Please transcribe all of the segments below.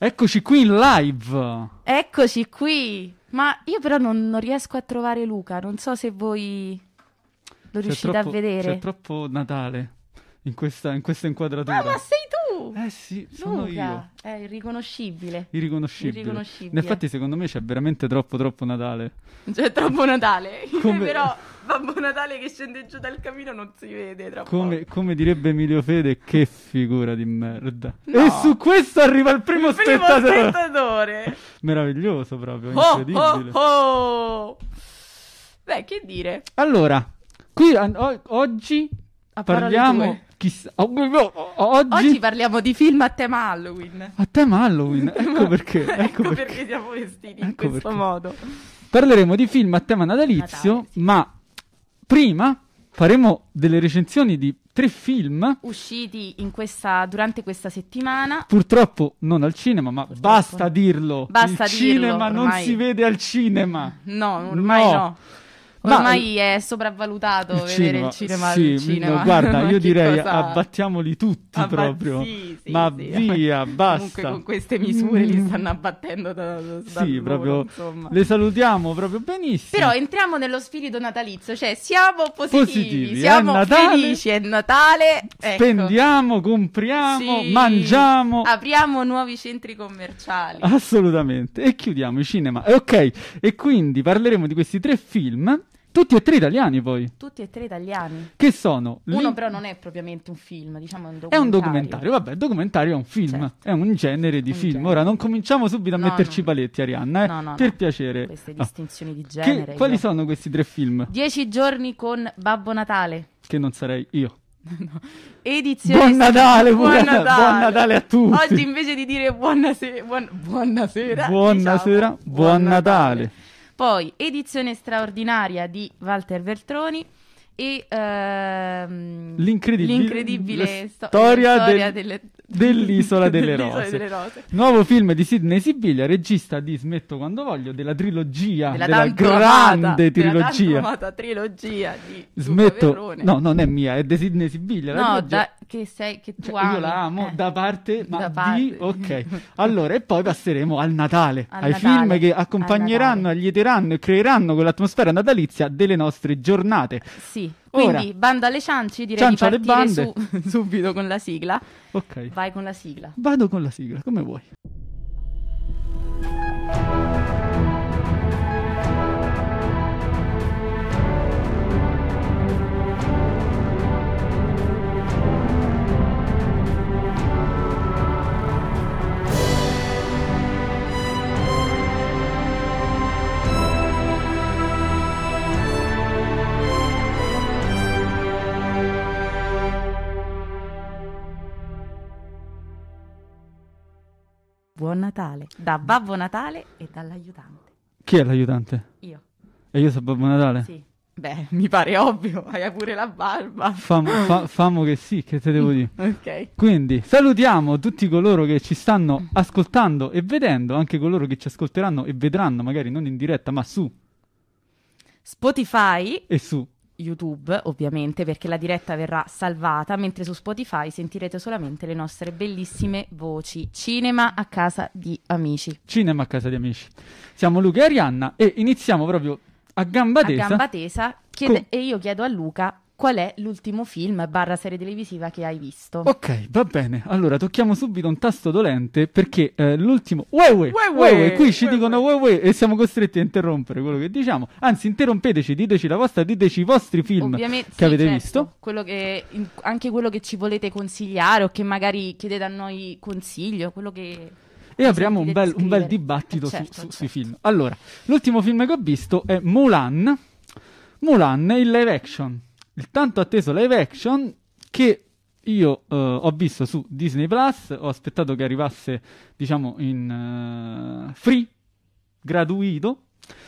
Eccoci qui in live. Eccoci qui. Ma io però non riesco a trovare Luca. Non so se voi lo riuscite a vedere. C'è troppo Natale in questa inquadratura. Ah, ma sei tu! Sì, sono Luca, io. è irriconoscibile. Irriconoscibile. Infatti secondo me c'è veramente troppo Natale. C'è troppo Natale. Come... Però Babbo Natale che scende giù dal camino non si vede troppo. Come direbbe Emilio Fede, che figura di merda. No. E su questo arriva il primo spettatore. Meraviglioso proprio, incredibile. Oh. Beh, che dire. Allora, qui oggi parliamo... Oggi parliamo di film a tema Halloween. A tema Halloween, ecco perché. Ecco perché siamo vestiti in questo modo. Parleremo di film a tema natalizio, Natale, sì. Ma prima faremo delle recensioni di 3 film usciti durante questa settimana. Purtroppo non al cinema, ma basta dirlo. Basta il cinema dirlo, non si vede al cinema. No, ormai no. Ormai è sopravvalutato vedere il cinema al cinema. No, guarda, io direi abbattiamoli tutti proprio. Sì, via, basta. Comunque con queste misure li stanno abbattendo dal proprio insomma. Le salutiamo proprio benissimo. Però entriamo nello spirito natalizio, cioè siamo positivi. Siamo felici, è Natale. Spendiamo, compriamo, mangiamo. Apriamo nuovi centri commerciali. Assolutamente. E chiudiamo i cinema. Ok, e quindi parleremo di questi 3 film. Tutti e 3 italiani poi. Tutti e 3 italiani. Che sono? Uno però non è propriamente un film, diciamo è un documentario. È un documentario, vabbè, il documentario è un film, certo. È un genere di film. Genere. Ora non cominciamo subito a metterci paletti, Arianna, no, per piacere. Queste distinzioni di genere. Quali sono questi 3 film? 10 giorni con Babbo Natale. Che non sarei io. No. Edizione Buon Natale, buon Natale a tutti. Oggi invece di dire buonasera, buon Natale. Poi edizione straordinaria di Walter Veltroni e l'incredibile storia dell'Isola delle Rose. Nuovo film di Sidney Sibiglia, regista di Smetto quando voglio, della trilogia, della grande trilogia. Della tanto amata trilogia di Smetto, no, non è mia, è di Sidney Sibiglia. No, che tu ami. Io la amo da parte, ok. Allora, e poi passeremo al Natale, ai film che accompagneranno, allieteranno e creeranno quell'atmosfera natalizia delle nostre giornate. Sì. Quindi, banda alle ciance, direi di partire subito con la sigla. Ok. Vai con la sigla. Vado con la sigla, come vuoi. Buon Natale, da Babbo Natale e dall'aiutante. Chi è l'aiutante? Io. E io sono Babbo Natale? Sì. Beh, mi pare ovvio, hai pure la barba. Famo che sì, che te devo dire. Ok. Quindi salutiamo tutti coloro che ci stanno ascoltando e vedendo, anche coloro che ci ascolteranno e vedranno, magari non in diretta, ma su Spotify e su YouTube, ovviamente, perché la diretta verrà salvata, mentre su Spotify sentirete solamente le nostre bellissime voci. Cinema a casa di amici. Cinema a casa di amici. Siamo Luca e Arianna e iniziamo proprio a gamba tesa. E io chiedo a Luca qual è l'ultimo film / serie televisiva che hai visto. Ok, va bene. Allora, tocchiamo subito un tasto dolente perché l'ultimo... Qui ci dicono uè e siamo costretti a interrompere quello che diciamo. Anzi, interrompeteci, diteci la vostra, diteci i vostri film che avete visto. Anche quello che ci volete consigliare o che magari chiedete a noi consiglio, quello che... E apriamo un bel dibattito sui film. Allora, l'ultimo film che ho visto è Mulan, il live action. Il tanto atteso live action che io ho visto su Disney Plus, ho aspettato che arrivasse, diciamo, in free, gratuito,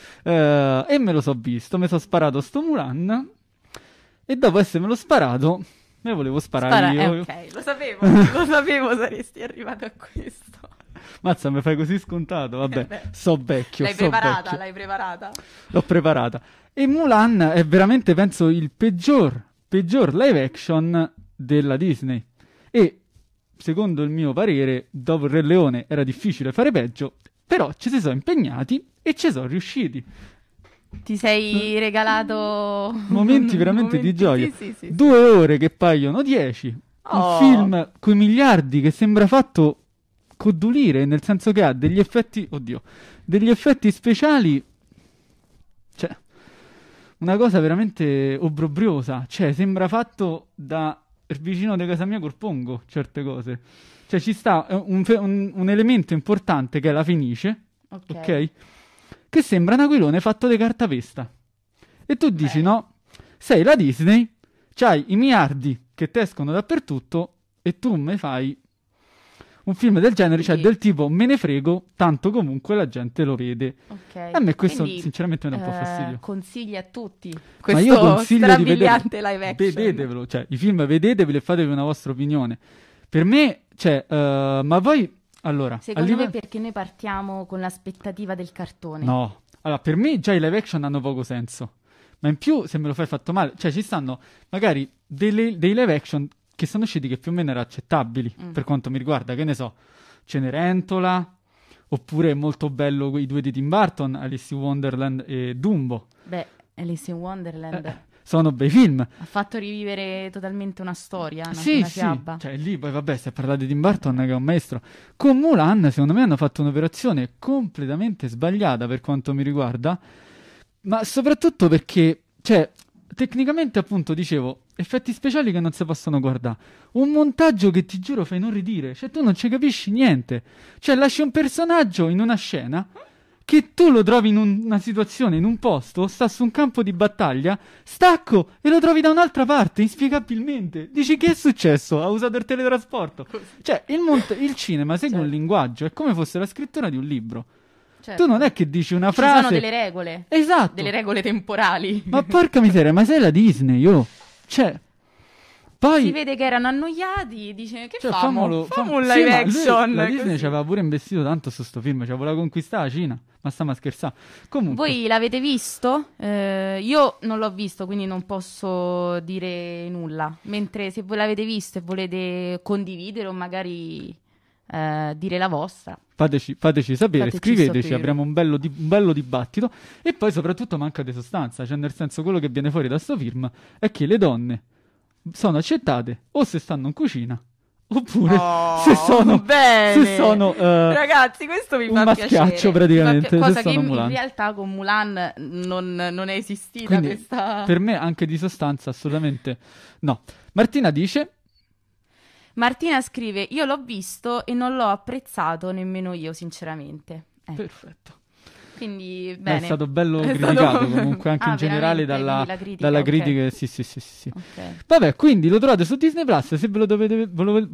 e me lo so visto, mi sono sparato sto Mulan, e dopo essermelo sparato, me volevo sparare io. Ok, lo sapevo saresti arrivato a questo. Mazza, mi fai così scontato? Vabbè, so vecchio. L'hai preparata? L'ho preparata. E Mulan è veramente, penso, il peggior live action della Disney. E secondo il mio parere, dopo il Re Leone era difficile fare peggio, però ci si sono impegnati e ci sono riusciti. Ti sei regalato momenti veramente di gioia. Sì. 2 ore che paiono 10. Un film coi miliardi che sembra fatto codulire, nel senso che ha degli effetti, degli effetti speciali, cioè una cosa veramente obbrobriosa, cioè sembra fatto da il vicino di casa mia col pongo, certe cose. Cioè ci sta un elemento importante che è la fenice, ok? Che sembra un aquilone fatto di cartapesta. E tu dici, no, sei la Disney, c'hai i miliardi che ti escono dappertutto e tu mi fai un film del genere, cioè del tipo me ne frego, tanto comunque la gente lo vede. A me questo quindi, sinceramente mi dà un po' fastidio. Consigli a tutti questo ma io consiglio strabiliante live action. Vedetevelo, cioè i film vedeteveli e fatevi una vostra opinione. Per me, cioè, ma poi, allora... Secondo me perché noi partiamo con l'aspettativa del cartone. No, allora per me già i live action hanno poco senso. Ma in più, se me lo fai fatto male, cioè ci stanno magari dei live action che sono usciti che più o meno erano accettabili per quanto mi riguarda, che ne so, Cenerentola, oppure molto bello quei 2 di Tim Burton, Alice in Wonderland e Dumbo. Beh, Alice in Wonderland sono bei film. Ha fatto rivivere totalmente una storia, una sì, fiaba. Cioè lì poi vabbè, se parlate di Tim Burton che è un maestro. Con Mulan secondo me hanno fatto un'operazione completamente sbagliata per quanto mi riguarda, ma soprattutto perché, cioè, tecnicamente appunto dicevo, effetti speciali che non si possono guardare, un montaggio che ti giuro fa inorridire, cioè tu non ci capisci niente, cioè lasci un personaggio in una scena che tu lo trovi in una situazione, in un posto, sta su un campo di battaglia, stacco e lo trovi da un'altra parte, inspiegabilmente. Dici che è successo? Ha usato il teletrasporto. Cioè il cinema segue un linguaggio, è come fosse la scrittura di un libro. Tu non è che dici una frase... Ci sono delle regole. Esatto. Delle regole temporali. Ma porca miseria, ma sei la Disney, Cioè... Poi... Si vede che erano annoiati, dice che famo un live action. La Disney ci aveva pure investito tanto su sto film, cioè voleva conquistare la Cina, ma stiamo a scherzare. Comunque... Voi l'avete visto? Io non l'ho visto, quindi non posso dire nulla. Mentre se voi l'avete visto e volete condividere o magari dire la vostra, fateci sapere, scriveteci, avremo un bello dibattito. E poi soprattutto manca di sostanza, cioè nel senso quello che viene fuori da sto film è che le donne sono accettate o se stanno in cucina oppure se sono ragazzi, questo mi un fa maschiaccio piacere. praticamente, cosa che in realtà con Mulan non è esistita. Quindi, questa per me anche di sostanza assolutamente no. Martina scrive: io l'ho visto e non l'ho apprezzato nemmeno io sinceramente. Perfetto. Quindi bene. È stato bello criticato comunque anche in generale dalla critica. Sì. Okay. Vabbè, quindi lo trovate su Disney Plus se ve lo dovete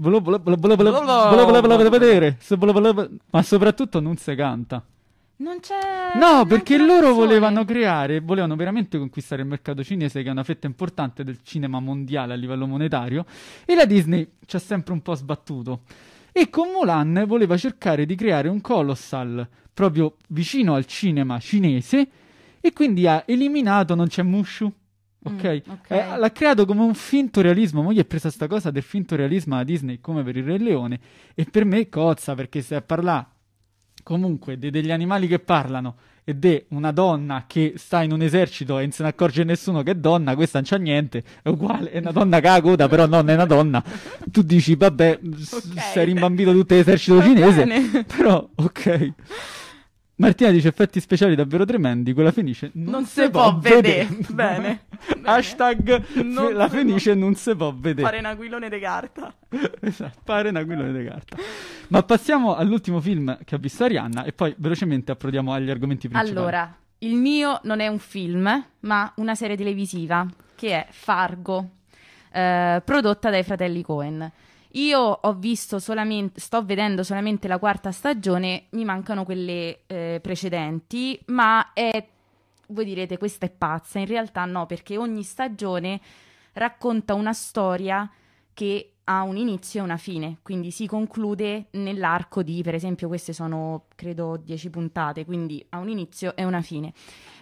vedere, ma soprattutto non si canta. Non c'è. No, perché loro volevano veramente conquistare il mercato cinese, che è una fetta importante del cinema mondiale a livello monetario, e la Disney ci ha sempre un po' sbattuto. E con Mulan voleva cercare di creare un colossal proprio vicino al cinema cinese e quindi ha eliminato Non c'è Mushu, ok? L'ha creato come un finto realismo. Moglie è presa sta cosa del finto realismo a Disney come per il Re Leone, e per me cozza, perché se a parlare comunque degli animali che parlano e di una donna che sta in un esercito e non se ne accorge nessuno che è donna, questa non c'ha niente, è uguale, è una donna che ha la coda, però non è una donna. Tu dici, vabbè, sei rimbambito tutto l'esercito cinese, però, ok. Martina dice effetti speciali davvero tremendi, quella Fenice non si può vedere. Bene. Hashtag la Fenice non si può vedere. Pare un aquilone di carta. Esatto, pare un aquilone di carta. Ma passiamo all'ultimo film che ha visto Arianna e poi velocemente approdiamo agli argomenti principali. Allora, il mio non è un film, ma una serie televisiva che è Fargo, prodotta dai fratelli Coen. Io sto vedendo solamente la 4ª stagione, mi mancano quelle precedenti, ma voi direte questa è pazza, in realtà no, perché ogni stagione racconta una storia che ha un inizio e una fine, quindi si conclude nell'arco di, per esempio queste sono credo 10 puntate, quindi ha un inizio e una fine.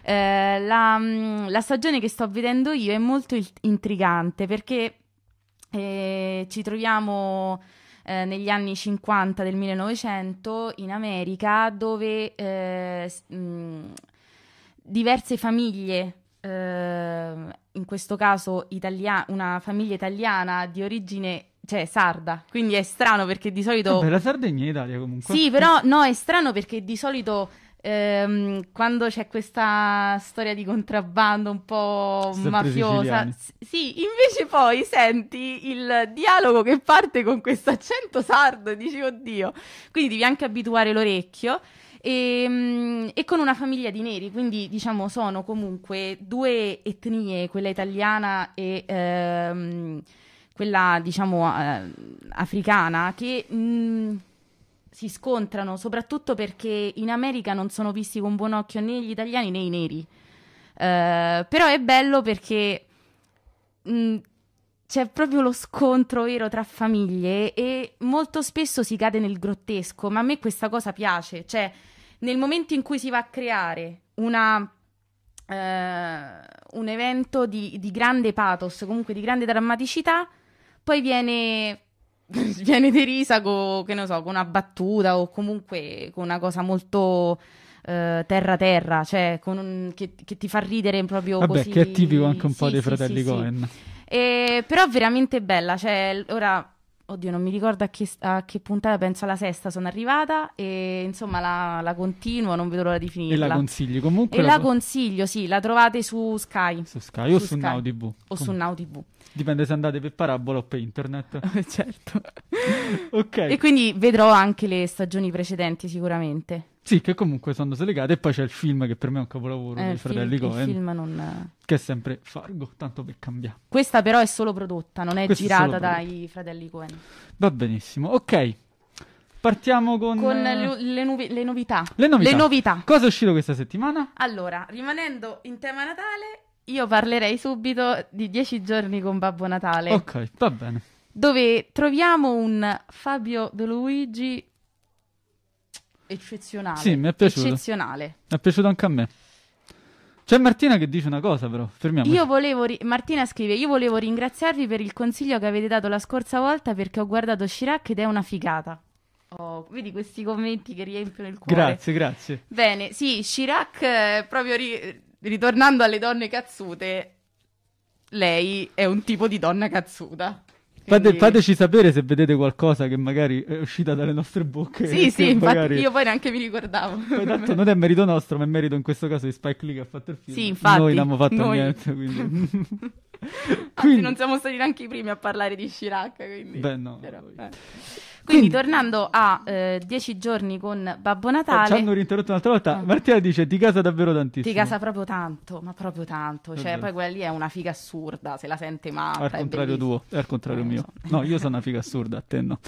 La stagione che sto vedendo io è molto intrigante perché ci troviamo negli anni 50 del 1900 in America, dove diverse famiglie, in questo caso una famiglia italiana di origine, cioè sarda, quindi è strano perché di solito... Vabbè, la Sardegna è in Italia comunque. Sì, però no, è strano perché di solito quando c'è questa storia di contrabbando un po' Sempre mafiosa, siciliani. sì, invece poi senti il dialogo che parte con questo accento sardo e dici oddio, quindi devi anche abituare l'orecchio. E con una famiglia di neri, quindi diciamo sono comunque due etnie, quella italiana e quella diciamo africana, che si scontrano soprattutto perché in America non sono visti con buon occhio né gli italiani né i neri. Però è bello perché c'è proprio lo scontro vero tra famiglie e molto spesso si cade nel grottesco, ma a me questa cosa piace, cioè nel momento in cui si va a creare un evento di grande pathos, comunque di grande drammaticità, poi viene derisa con una battuta o comunque con una cosa molto terra, cioè che ti fa ridere proprio. Vabbè, così. che è tipico anche un po' Sì, dei sì, fratelli sì, Coen. Però veramente bella, cioè ora... Oddio, non mi ricordo a che puntata, penso alla sesta sono arrivata e insomma la continuo, non vedo l'ora di finirla. E la consigli comunque? E la consiglio, sì, la trovate su Sky. Su Sky o su Now TV. O su Now TV. Dipende se andate per parabola o per internet. Certo. Ok. E quindi vedrò anche le stagioni precedenti sicuramente. Sì, che comunque sono slegate. E poi c'è il film che per me è un capolavoro dei fratelli Coen. Il film non... Che è sempre Fargo, tanto per cambiare. Questa però è solo prodotta, non è Questa girata dai fratelli Coen. Va benissimo, ok. Partiamo con le novità. Le novità. Cosa è uscito questa settimana? Allora, rimanendo in tema Natale, io parlerei subito di 10 giorni con Babbo Natale. Ok, va bene. Dove troviamo un Fabio De Luigi eccezionale. Sì, mi è piaciuto. Eccezionale. Mi è piaciuto anche a me. C'è Martina che dice una cosa però, fermiamoci. Martina scrive: io volevo ringraziarvi per il consiglio che avete dato la scorsa volta perché ho guardato Chirac ed è una figata. Oh, vedi questi commenti che riempiono il cuore. Grazie. Bene, sì, Chirac, proprio ritornando alle donne cazzute, lei è un tipo di donna cazzuta. Quindi... Fateci sapere se vedete qualcosa che magari è uscita dalle nostre bocche. Sì, magari... infatti io poi neanche mi ricordavo. Poi tanto non è merito nostro, ma è merito in questo caso di Spike Lee che ha fatto il film. Sì, infatti. Noi non abbiamo fatto niente, quindi... Anzi, non siamo stati neanche i primi a parlare di Chirac, quindi... Beh, no. Però, Quindi tornando a 10 giorni con Babbo Natale... Ci hanno rinterrotto un'altra volta. Martina dice ti casa davvero tantissimo. Ti casa proprio tanto, ma proprio tanto. Cioè, poi quella lì è una figa assurda, se la sente matta. Al contrario tuo, è al contrario mio. No, io sono una figa assurda, a te no.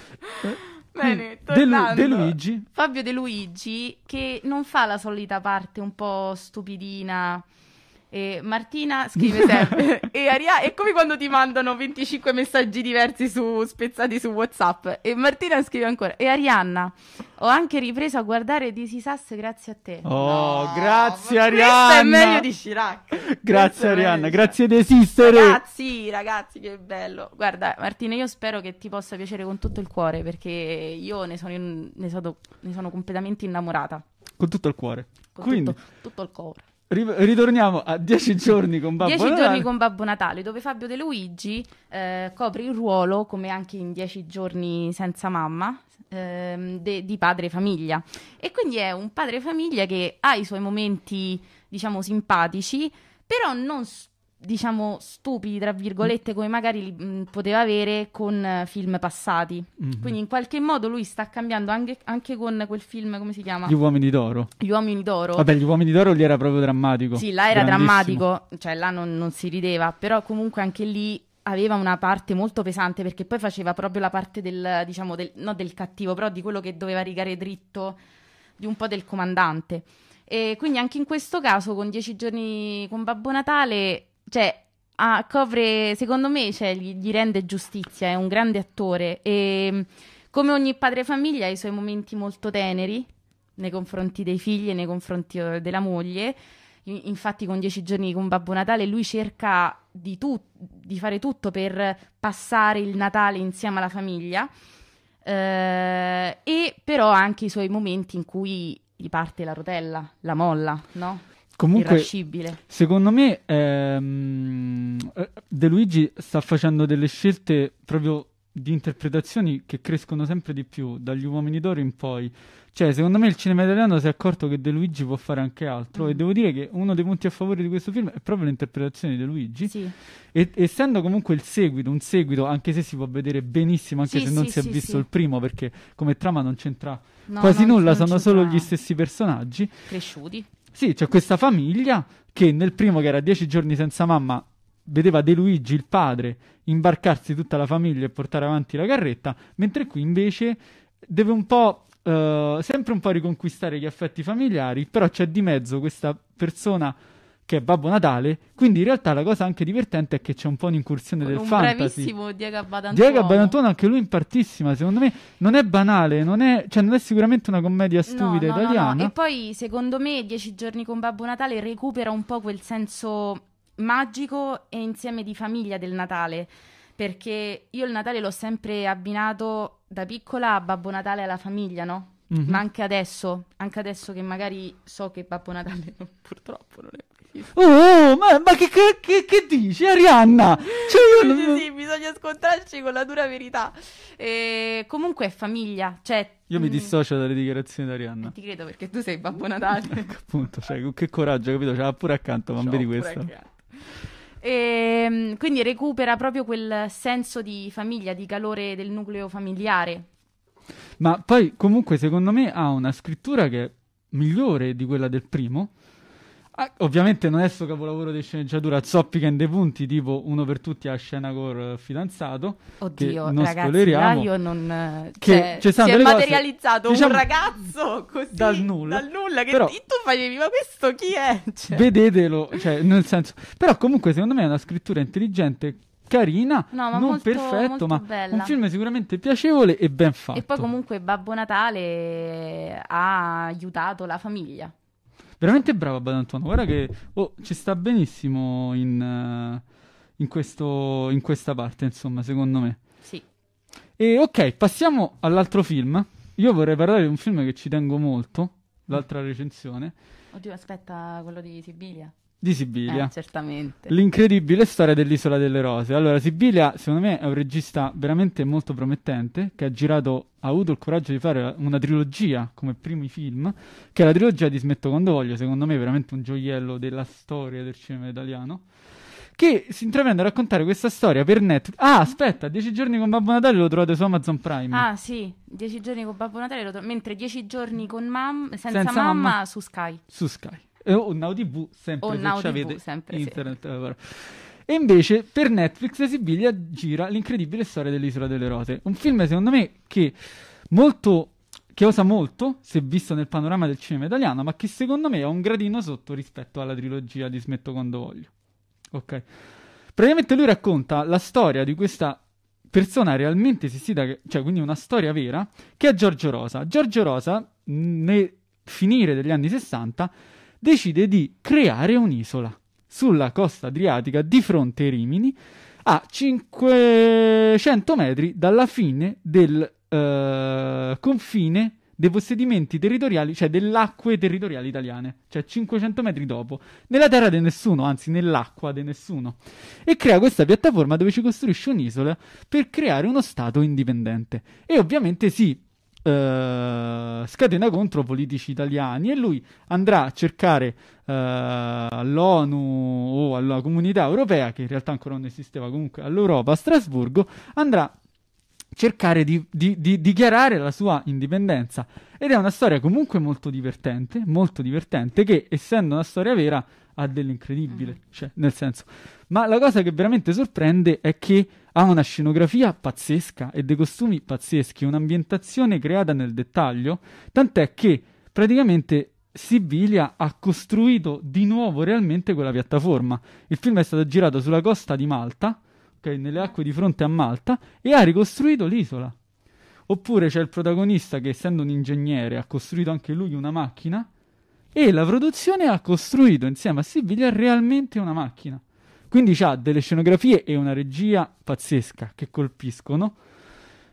Bene, tornando. De Luigi. Fabio De Luigi, che non fa la solita parte un po' stupidina. E Martina scrive sempre è come quando ti mandano 25 messaggi diversi spezzati su WhatsApp e Martina scrive ancora: e Arianna, ho anche ripreso a guardare This Is Us grazie a te. Oh, grazie Arianna, questo è meglio di Chirac. Grazie Arianna, grazie di esistere. Ragazzi, che bello. Guarda Martina, io spero che ti possa piacere con tutto il cuore perché io ne sono completamente innamorata. Con tutto il cuore. Quindi tutto il cuore. Ritorniamo a 10 giorni con Babbo Natale. 10 giorni con Babbo Natale, dove Fabio De Luigi copre il ruolo, come anche in 10 giorni senza mamma, di padre famiglia. E quindi è un padre famiglia che ha i suoi momenti, diciamo, simpatici, però non diciamo stupidi tra virgolette come magari li poteva avere con film passati. Quindi in qualche modo lui sta cambiando anche con quel film, come si chiama? Gli Uomini d'Oro. Vabbè, Gli Uomini d'Oro lì era proprio drammatico. Sì, là era drammatico, cioè là non si rideva, però comunque anche lì aveva una parte molto pesante perché poi faceva proprio la parte del, diciamo, non del cattivo, però di quello che doveva rigare dritto di un po' del comandante. E quindi anche in questo caso con 10 giorni con Babbo Natale, cioè copre, secondo me, cioè, gli rende giustizia, è un grande attore e come ogni padre famiglia ha i suoi momenti molto teneri nei confronti dei figli e nei confronti della moglie. Infatti con 10 giorni con Babbo Natale lui cerca di fare tutto per passare il Natale insieme alla famiglia e però anche i suoi momenti in cui gli parte la rotella, la molla, no? Comunque, irascibile. Secondo me De Luigi sta facendo delle scelte proprio di interpretazioni che crescono sempre di più, dagli Uomini d'Oro in poi. Cioè, secondo me il cinema italiano si è accorto che De Luigi può fare anche altro, e devo dire che uno dei punti a favore di questo film è proprio l'interpretazione di De Luigi. Sì. E essendo comunque un seguito, anche se si può vedere benissimo, anche se non si è visto il primo, perché come trama non c'entra quasi nulla, sono solo gli stessi personaggi. Cresciuti. Sì, c'è questa famiglia che nel primo, che era 10 giorni senza mamma, vedeva De Luigi, il padre, imbarcarsi tutta la famiglia e portare avanti la carretta, mentre qui invece deve un po', sempre un po' riconquistare gli affetti familiari, però c'è di mezzo questa persona che è Babbo Natale, quindi in realtà la cosa anche divertente è che c'è un po' un'incursione del fantasy. Bravissimo Diego Abbadantuono. Diego Abbadantuono, anche lui impartissima, secondo me non è banale, non è sicuramente una commedia stupida italiana. No. E poi secondo me 10 giorni con Babbo Natale recupera un po' quel senso magico e insieme di famiglia del Natale, perché io il Natale l'ho sempre abbinato da piccola a Babbo Natale, alla famiglia, no? Mm-hmm. Ma anche adesso che magari so che Babbo Natale purtroppo non è. Ma che dici, Arianna? Cioè, sì, bisogna scontrarci con la dura verità. Comunque è famiglia, cioè. Io mi dissocio dalle dichiarazioni di Arianna. Ti credo, perché tu sei Babbo Natale. Appunto, cioè, con che coraggio, capito? Ce l'ha pure accanto, ma vedi questo. Quindi recupera proprio quel senso di famiglia, di calore del nucleo familiare. Ma poi comunque secondo me ha una scrittura che è migliore di quella del primo. Ovviamente non è sto capolavoro di sceneggiatura zoppica in dei punti, tipo Uno per tutti a Scenagor fidanzato. Oddio, non ragazzi, spoileriamo, là io non... che si è materializzato cose, diciamo, un ragazzo così dal nulla che però, tu facevi, ma questo chi è? Cioè. Vedetelo, cioè, nel senso... Però comunque secondo me è una scrittura intelligente, carina, no, ma non molto, perfetto, molto ma bella. Un film sicuramente piacevole e ben fatto. E poi comunque Babbo Natale ha aiutato la famiglia. Veramente bravo Badantuono, guarda che ci sta benissimo in questa parte, insomma, secondo me. Sì. E ok, passiamo all'altro film. Io vorrei parlare di un film che ci tengo molto, l'altra recensione. Oddio, aspetta, quello di Sibilia. Di Sibilia. Certamente. L'incredibile storia dell'Isola delle Rose. Allora, Sibilia, secondo me, è un regista veramente molto promettente, che ha avuto il coraggio di fare una trilogia come primi film, che è la trilogia di Smetto quando voglio, secondo me veramente un gioiello della storia del cinema italiano, che si intraprende a raccontare questa storia per Netflix. Ah, aspetta, 10 giorni con Babbo Natale lo trovate su Amazon Prime. Ah, sì, 10 giorni con Babbo Natale mentre 10 giorni con senza mamma su Sky. Su Sky. O Now TV, sempre se avete sempre, internet. Sì. E invece per Netflix Sibilia gira L'incredibile storia dell'Isola delle Rose. Un film, secondo me, che osa molto, se visto nel panorama del cinema italiano, ma che secondo me è un gradino sotto rispetto alla trilogia di Smetto quando voglio. Ok. Praticamente lui racconta la storia di questa persona realmente esistita, cioè quindi una storia vera, che è Giorgio Rosa. Giorgio Rosa, nel finire degli anni 60, decide di creare un'isola sulla costa adriatica di fronte ai Rimini, a 500 metri dalla fine del confine dei possedimenti territoriali, cioè delle acque territoriali italiane, cioè 500 metri dopo, nella terra di nessuno, anzi nell'acqua di nessuno, e crea questa piattaforma dove ci costruisce un'isola per creare uno stato indipendente. E ovviamente scatena contro politici italiani, e lui andrà a cercare all'ONU o alla comunità europea, che in realtà ancora non esisteva, comunque all'Europa, a Strasburgo, andrà cercare di dichiarare la sua indipendenza. Ed è una storia comunque molto divertente, che, essendo una storia vera, ha dell'incredibile, cioè, nel senso. Ma la cosa che veramente sorprende è che ha una scenografia pazzesca e dei costumi pazzeschi, un'ambientazione creata nel dettaglio, tant'è che praticamente Sibilia ha costruito di nuovo realmente quella piattaforma. Il film è stato girato sulla costa di Malta, nelle acque di fronte a Malta, e ha ricostruito l'isola. Oppure c'è il protagonista che, essendo un ingegnere, ha costruito anche lui una macchina, e la produzione ha costruito insieme a Sibilia realmente una macchina. Quindi c'ha delle scenografie e una regia pazzesca che colpiscono.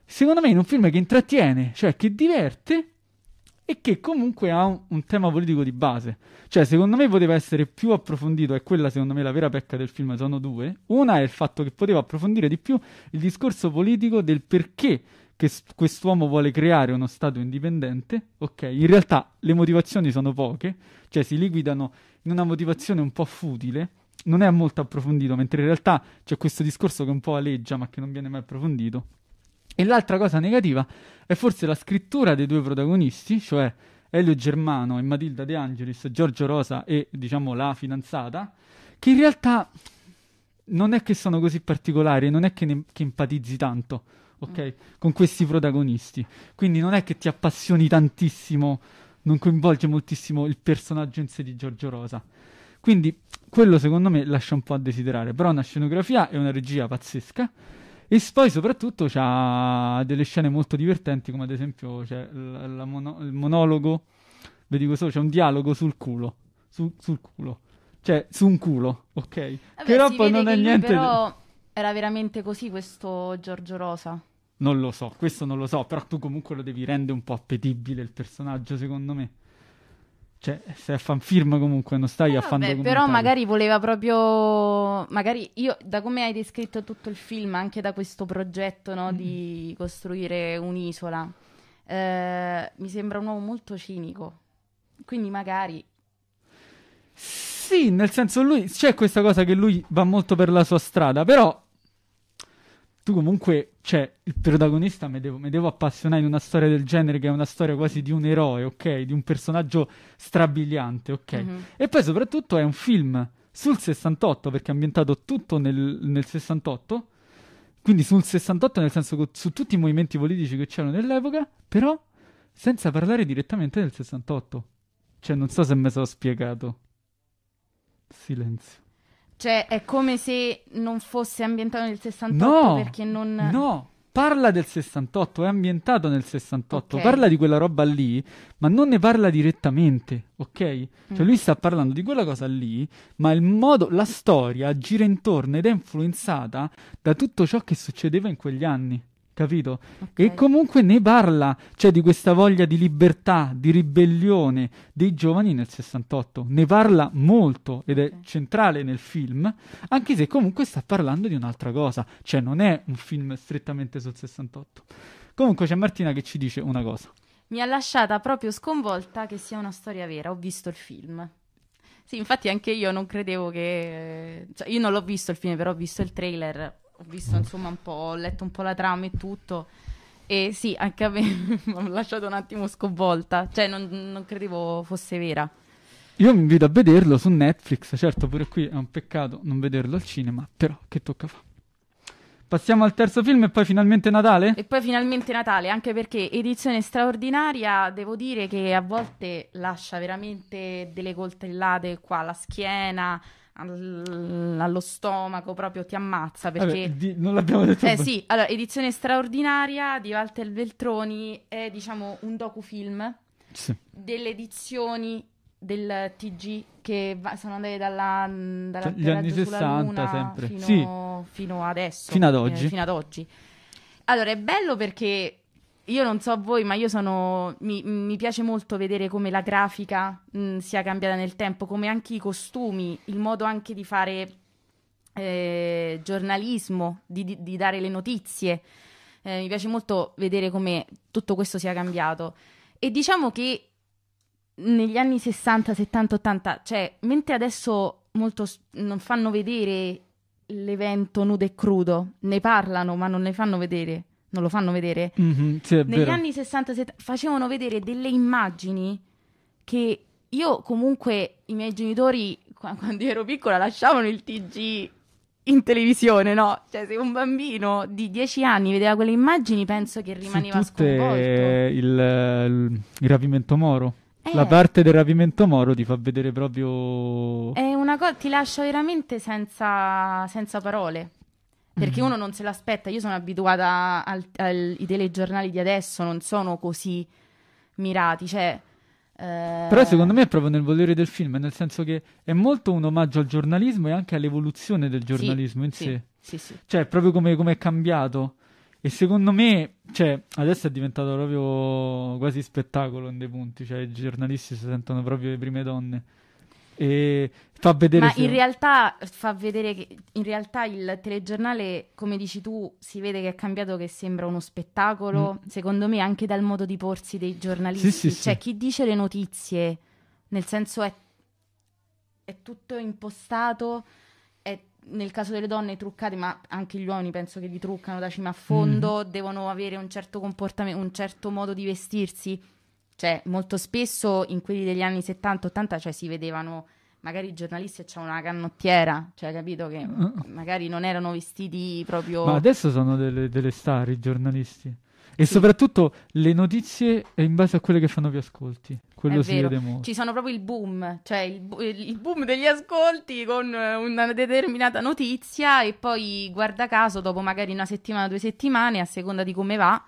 secondo me in un film che intrattiene, cioè che diverte e che comunque ha un tema politico di base. Cioè, secondo me poteva essere più approfondito, e quella secondo me la vera pecca del film sono due. Una è il fatto che poteva approfondire di più il discorso politico del perché che quest'uomo vuole creare uno Stato indipendente. Ok, in realtà le motivazioni sono poche, cioè si liquidano in una motivazione un po' futile, non è molto approfondito, mentre in realtà c'è questo discorso che un po' aleggia ma che non viene mai approfondito. E l'altra cosa negativa è forse la scrittura dei due protagonisti, cioè Elio Germano e Matilda De Angelis, Giorgio Rosa e, diciamo, la fidanzata, che in realtà non è che sono così particolari, non è che empatizzi tanto, ok? Con questi protagonisti. Quindi non è che ti appassioni tantissimo, non coinvolge moltissimo il personaggio in sé di Giorgio Rosa. Quindi quello secondo me lascia un po' a desiderare, però una scenografia e una regia pazzesca. E poi soprattutto c'ha delle scene molto divertenti, come ad esempio c'è il monologo, vedi cosa? C'è un dialogo sul culo, sul culo, cioè su un culo, ok? Vabbè, però poi non è niente... Però era veramente così questo Giorgio Rosa? Non lo so, questo non lo so, però tu comunque lo devi rendere un po' appetibile il personaggio, secondo me. Cioè, sei a fan film comunque, non stai a fan documentario. Però magari voleva proprio... Magari io, da come hai descritto tutto il film, anche da questo progetto, no, di costruire un'isola, mi sembra un uomo molto cinico. Quindi magari... Sì, nel senso lui... C'è questa cosa che lui va molto per la sua strada, però... Tu comunque, cioè, il protagonista mi devo appassionare in una storia del genere, che è una storia quasi di un eroe, ok? Di un personaggio strabiliante, ok? Mm-hmm. E poi soprattutto è un film sul 68, perché è ambientato tutto nel 68, quindi sul 68 nel senso che su tutti i movimenti politici che c'erano nell'epoca, però senza parlare direttamente del 68. Cioè, non so se me sono spiegato. Silenzio. Cioè, è come se non fosse ambientato nel 68 No, perché non... No, parla del 68, è ambientato nel 68, Ok. parla di quella roba lì, ma non ne parla direttamente, ok? Cioè lui sta parlando di quella cosa lì, ma il modo, la storia gira intorno ed è influenzata da tutto ciò che succedeva in quegli anni, capito? Ok. E comunque ne parla, cioè di questa voglia di libertà, di ribellione dei giovani nel 68. Ne parla molto ed è centrale nel film, anche se comunque sta parlando di un'altra cosa. Cioè non è un film strettamente sul 68. Comunque c'è Martina che ci dice una cosa. Mi ha lasciata proprio sconvolta che sia una storia vera. Ho visto il film. Sì, infatti anche io non credevo che... Cioè, io non l'ho visto il film, però ho visto il trailer. Ho visto insomma un po', ho letto un po' la trama e tutto. E sì, anche a me mi ha lasciato un attimo sconvolta. Cioè, non credevo fosse vera. Io vi invito a vederlo su Netflix, certo pure qui è un peccato non vederlo al cinema, però che tocca fare. Passiamo al terzo film e poi finalmente Natale? E poi finalmente Natale, anche perché edizione straordinaria, devo dire che a volte lascia veramente delle coltellate qua alla schiena, allo stomaco, proprio ti ammazza perché... Vabbè, non l'abbiamo detto. Sì, allora, edizione straordinaria di Walter Veltroni è, diciamo, un docufilm Sì. delle edizioni del TG che sono andate dalla Cioè, gli anni sulla 60 Luna sempre. fino adesso. Fino ad oggi. Fino ad oggi. Allora, è bello perché io non so voi, ma io mi piace molto vedere come la grafica sia cambiata nel tempo, come anche i costumi, il modo anche di fare giornalismo, di dare le notizie. Mi piace molto vedere come tutto questo sia cambiato. E diciamo che negli anni 60, 70, 80, cioè, mentre adesso non fanno vedere l'evento nudo e crudo, ne parlano, ma non ne fanno vedere. Non lo fanno vedere. Mm-hmm, sì, è Negli vero. anni 60 facevano vedere delle immagini che io comunque, i miei genitori, quando ero piccola, lasciavano il TG in televisione, no? Cioè, se un bambino di 10 anni vedeva quelle immagini, penso che rimaneva Su tutte sconvolto. il rapimento Moro. La parte del rapimento Moro ti fa vedere proprio... È una cosa, ti lascia veramente senza parole. Perché uno non se l'aspetta. Io sono abituata ai telegiornali di adesso, non sono così mirati. Cioè, Però secondo me è proprio nel volere del film, nel senso che è molto un omaggio al giornalismo e anche all'evoluzione del giornalismo in sé. Sì. Cioè, proprio come è cambiato. E secondo me, cioè, adesso è diventato proprio quasi spettacolo in dei punti, cioè i giornalisti si sentono proprio le prime donne. E fa vedere Ma in realtà fa vedere che in realtà il telegiornale, come dici tu, si vede che è cambiato, che sembra uno spettacolo, secondo me anche dal modo di porsi dei giornalisti. Cioè chi dice le notizie, nel senso è tutto impostato, nel caso delle donne truccate, ma anche gli uomini penso che li truccano da cima a fondo, devono avere un certo comportamento, un certo modo di vestirsi. Cioè, molto spesso in quelli degli anni 70-80, cioè, si vedevano magari i giornalisti e c'erano una canottiera, cioè, capito, che magari non erano vestiti proprio... Ma adesso sono delle star i giornalisti. E soprattutto le notizie è in base a quelle che fanno più ascolti. Quello si vede molto. Ci sono proprio il boom, cioè il boom degli ascolti con una determinata notizia e poi, guarda caso, dopo magari una settimana, 2 settimane, a seconda di come va...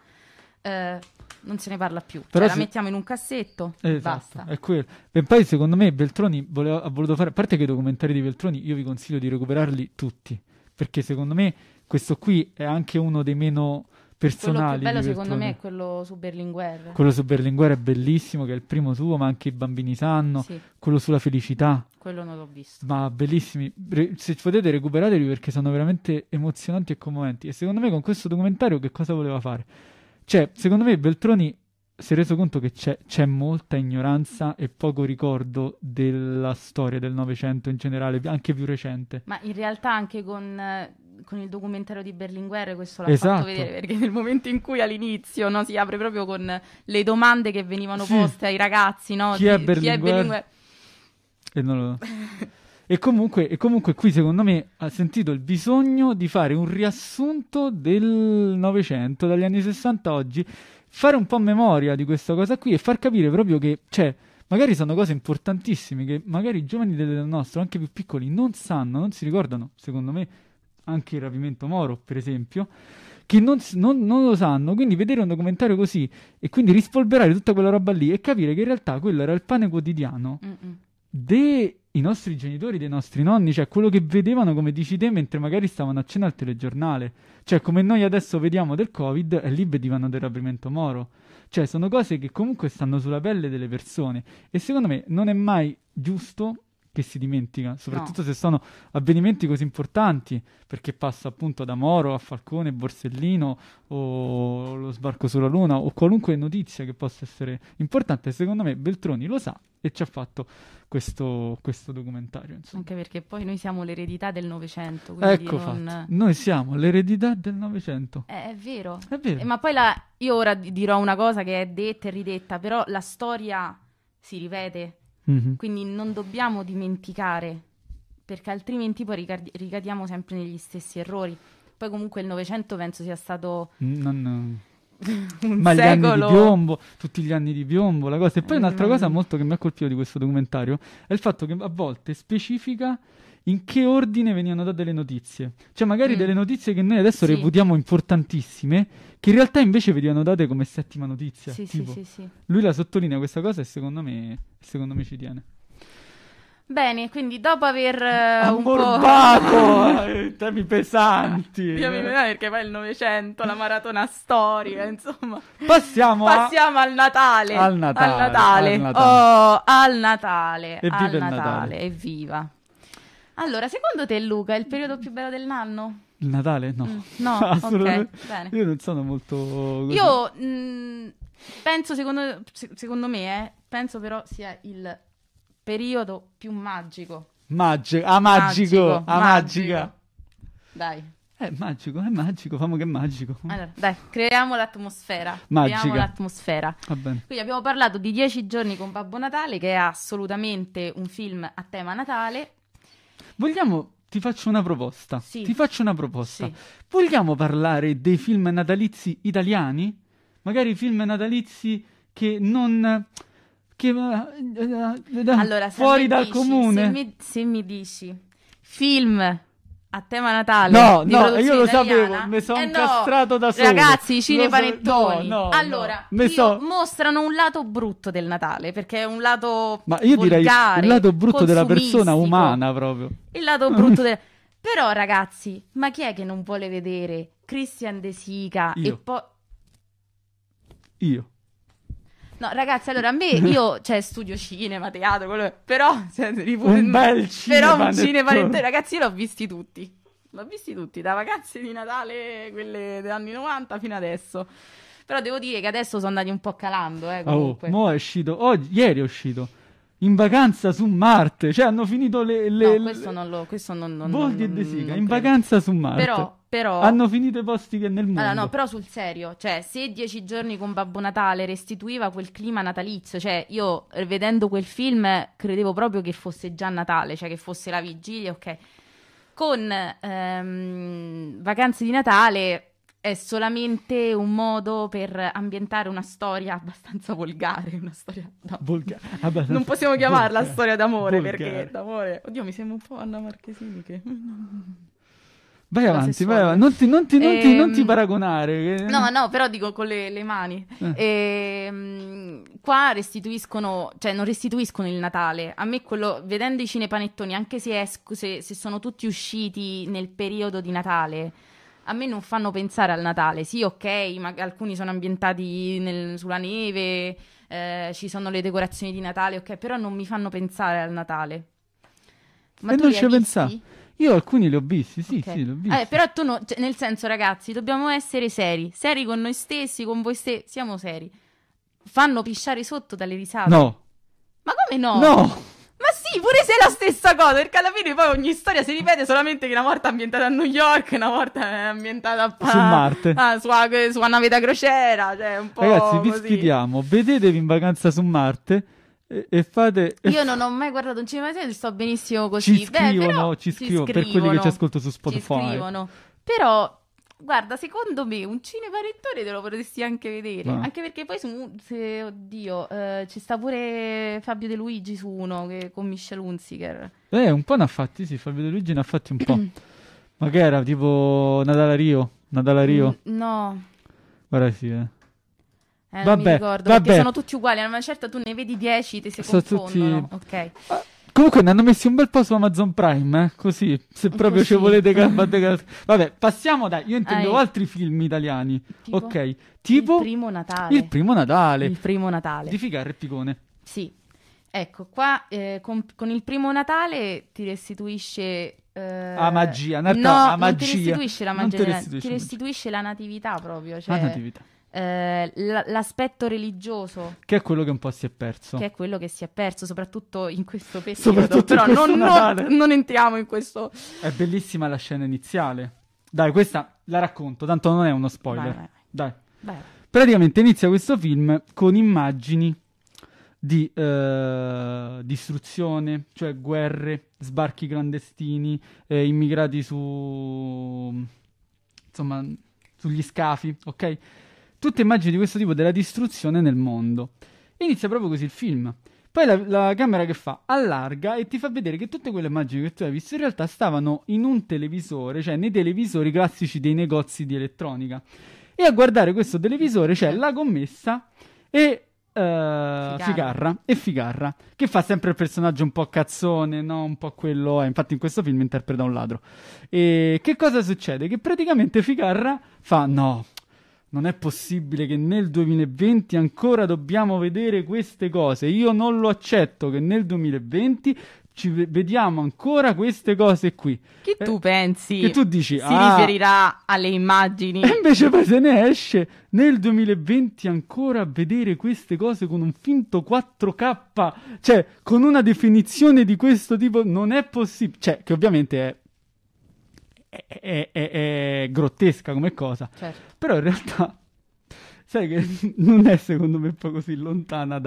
non se ne parla più, però la mettiamo in un cassetto, basta. È quello. E poi secondo me Veltroni ha voluto fare, a parte che i documentari di Veltroni io vi consiglio di recuperarli tutti, perché secondo me questo qui è anche uno dei meno personali. Quello più bello secondo me è quello su Berlinguer. Quello su Berlinguer è bellissimo, che è il primo suo, ma anche I bambini sanno, quello sulla felicità. Quello non l'ho visto. Ma bellissimi, se potete recuperatevi perché sono veramente emozionanti e commoventi. E secondo me con questo documentario che cosa voleva fare? Cioè, secondo me Veltroni si è reso conto che c'è molta ignoranza e poco ricordo della storia del Novecento in generale, anche più recente. Ma in realtà anche con il documentario di Berlinguer questo l'ha fatto vedere, perché nel momento in cui all'inizio si apre proprio con le domande che venivano poste ai ragazzi, no? Chi è Berlinguer? E non lo... E comunque qui secondo me ha sentito il bisogno di fare un riassunto del Novecento, dagli anni 60 a oggi, fare un po' memoria di questa cosa qui e far capire proprio che, cioè, magari sono cose importantissime che magari i giovani del nostro, anche più piccoli, non sanno, non si ricordano, secondo me, anche il rapimento Moro, per esempio, che non lo sanno, quindi vedere un documentario così e quindi rispolverare tutta quella roba lì e capire che in realtà quello era il pane quotidiano dei nostri genitori, dei nostri nonni, cioè quello che vedevano, come dici te, mentre magari stavano a cena al telegiornale, cioè come noi adesso vediamo del Covid e lì vedevano del rapimento Moro, cioè sono cose che comunque stanno sulla pelle delle persone e secondo me non è mai giusto che si dimentica, soprattutto se sono avvenimenti così importanti, perché passa appunto da Moro a Falcone, Borsellino o lo sbarco sulla Luna o qualunque notizia che possa essere importante. Secondo me Veltroni lo sa e ci ha fatto questo documentario, insomma. Anche perché poi noi siamo l'eredità del Novecento, ecco, noi siamo l'eredità del Novecento. È vero. È vero. Ma poi io ora dirò una cosa che è detta e ridetta, però la storia si ripete. Quindi non dobbiamo dimenticare, perché altrimenti poi ricadiamo sempre negli stessi errori. Poi comunque il Novecento penso sia stato un ma secolo... gli anni di piombo, tutti gli anni di piombo, la cosa. E poi un'altra cosa molto che mi ha colpito di questo documentario è il fatto che a volte specifica in che ordine venivano date le notizie. Cioè magari delle notizie che noi adesso reputiamo importantissime, che in realtà invece venivano date come settima notizia. Sì. Lui la sottolinea questa cosa e secondo me ci tiene. Bene, quindi dopo aver ammorbato temi pesanti. Perché poi il Novecento, la maratona storica, insomma. Passiamo al Natale. Al Natale. Oh, al Natale. Evviva il Natale. Evviva. Allora, secondo te, Luca, è il periodo più bello dell'anno? Il Natale? No. No, assolutamente. Ok, bene. Io non sono molto così. Io penso, secondo me, penso però sia il periodo più magico. Magica. Dai. È magico, famo che è magico. Allora, dai, creiamo l'atmosfera. Magica. Va bene. Quindi abbiamo parlato di 10 giorni con Babbo Natale, che è assolutamente un film a tema Natale. Ti faccio una proposta. Sì. Sì. Vogliamo parlare dei film natalizi italiani? Magari film natalizi che non... allora, fuori dal comune. Se mi dici film a tema Natale, no, io lo italiana, sapevo, mi sono incastrato da solo. Ragazzi, i cinepanettoni. Allora, mostrano un lato brutto del Natale, perché è un lato ma io volgare, direi il lato brutto della persona umana proprio. Il lato brutto Però ragazzi, ma chi è che non vuole vedere Christian De Sica Io. e poi... Io. No, ragazzi, allora a me, io, studio cinema, teatro, però... Un bel Però cinema un cinepanettone, ragazzi, io l'ho visti tutti. L'ho visti tutti, da vacanze di Natale, quelle degli anni 90 fino adesso. Però devo dire che adesso sono andati un po' calando, comunque. Mo è uscito, ieri è uscito, In vacanza su Marte, cioè hanno finito No, questo non Boldi e De Sica, in credo. vacanza su Marte. Però... Hanno finito i posti che nel mondo. Allora, no, però sul serio, cioè, se 10 giorni con Babbo Natale restituiva quel clima natalizio, cioè, io vedendo quel film credevo proprio che fosse già Natale, cioè che fosse la vigilia, ok. Con Vacanze di Natale è solamente un modo per ambientare una storia abbastanza volgare, una storia... No. Abbastanza Non possiamo chiamarla volgare. storia d'amore, Volgare. perché d'amore... Oddio, mi sembra un po' Anna Marchesini che... Vai avanti, sessuale. non ti paragonare. No, però dico con le mani. Qua restituiscono, cioè non restituiscono il Natale. A me vedendo i cinepanettoni, anche se sono tutti usciti nel periodo di Natale, a me non fanno pensare al Natale. Sì, ok, ma alcuni sono ambientati sulla neve, ci sono le decorazioni di Natale, ok, però non mi fanno pensare al Natale. Ma e tu non li ci hai pensato. visti? Io alcuni li ho visti, sì, Ok. sì, li ho visti. Però tu cioè, nel senso, ragazzi, dobbiamo essere seri con noi stessi, con voi stessi, siamo seri. Fanno pisciare sotto dalle risate. No. Ma come no? No. Ma sì, pure se è la stessa cosa, perché alla fine poi ogni storia si ripete, solamente che una volta è ambientata a New York, una volta è ambientata Su Marte. su una nave da crociera, cioè un po' Ragazzi, vi così. sfidiamo, vedetevi In vacanza su Marte e fate... Io non ho mai guardato un cinematografo, sto benissimo così. Ci scrivono, per quelli che ci ascolto su Spotify. Ci scrivono. Però, guarda, secondo me un cinepanettone te lo potresti anche vedere. No. Anche perché poi oddio, ci sta pure Fabio De Luigi su uno con Michelle Hunziker. Un po' ne ha fatti, sì, Fabio De Luigi ne ha fatti un po'. Ma che era, tipo Natale a Rio? No. Guarda sì, Non Vabbè, mi ricordo, perché sono tutti uguali. A una certa tu ne vedi 10, ti si Sono confondono. Ok. Comunque ne hanno messi un bel po' su Amazon Prime, così, se proprio ci volete Vabbè, passiamo, dai, io intendevo altri film italiani. Tipo? Ok, tipo Il primo Natale. Il primo Natale. Il primo Natale. Di Ficarra e Picone. Sì. Ecco, qua con il primo Natale ti restituisce... magia, in realtà, no, a non magia. ti restituisce la Non magia, ti ti restituisce la natività proprio, cioè La natività. l'aspetto religioso, Che è quello che un po' si è perso. che è quello che si è perso, soprattutto in questo periodo. Soprattutto Però in questo Natale. non entriamo in questo... È bellissima la scena iniziale. Dai, questa la racconto, tanto non è uno spoiler. Vai. Dai. Vai. Praticamente inizia questo film con immagini di distruzione, cioè guerre, sbarchi clandestini, immigrati insomma, sugli scafi, ok? Tutte immagini di questo tipo della distruzione nel mondo. Inizia proprio così il film. Poi la camera che fa? Allarga e ti fa vedere che tutte quelle immagini che tu hai visto in realtà stavano in un televisore, cioè nei televisori classici dei negozi di elettronica. E a guardare questo televisore c'è la commessa e Ficarra, che fa sempre il personaggio un po' cazzone, no? Un po' quello infatti in questo film interpreta un ladro. E che cosa succede? Che praticamente Ficarra fa no, non è possibile che nel 2020 ancora dobbiamo vedere queste cose, io non lo accetto che nel 2020 vediamo ancora queste cose qui. Che tu pensi? Che tu dici si riferirà alle immagini. E invece poi se ne esce nel 2020 ancora a vedere queste cose con un finto 4K, cioè con una definizione di questo tipo non è possibile, cioè che ovviamente è grottesca come cosa, certo. Però in realtà sai che non è secondo me poi così lontana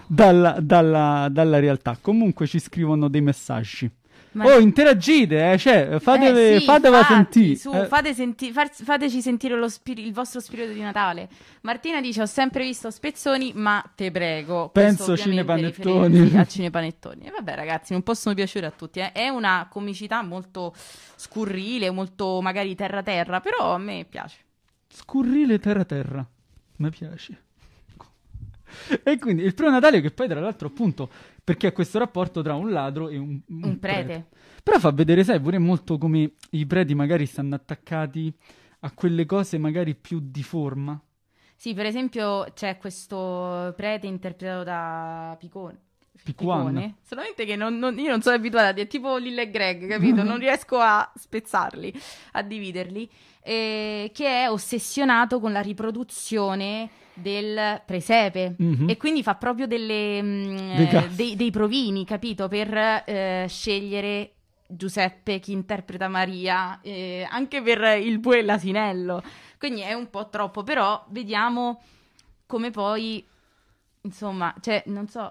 dalla realtà. Comunque ci scrivono dei messaggi. Interagite, cioè, fatela sentire. Fateci sentire il vostro spirito di Natale. Martina dice: ho sempre visto spezzoni, ma te prego. Penso cinepanettoni. A cinepanettoni. E vabbè, ragazzi, non possono piacere a tutti. È una comicità molto scurrile, molto magari terra, però a me piace. Scurrile terra. Mi piace. E quindi il pronatale, che poi tra l'altro appunto perché ha questo rapporto tra un ladro e un prete. Però fa vedere, sai, pure molto come i preti magari stanno attaccati a quelle cose magari più di forma. Sì, per esempio c'è questo prete interpretato da Picone. Solamente che io non sono abituata, è tipo Lille e Greg, capito? Non riesco a spezzarli, a dividerli, che è ossessionato con la riproduzione del presepe e quindi fa proprio dei provini, capito? Per scegliere Giuseppe, chi interpreta Maria, anche per il bue e l'asinello. Quindi è un po' troppo, però vediamo come poi, insomma, cioè, non so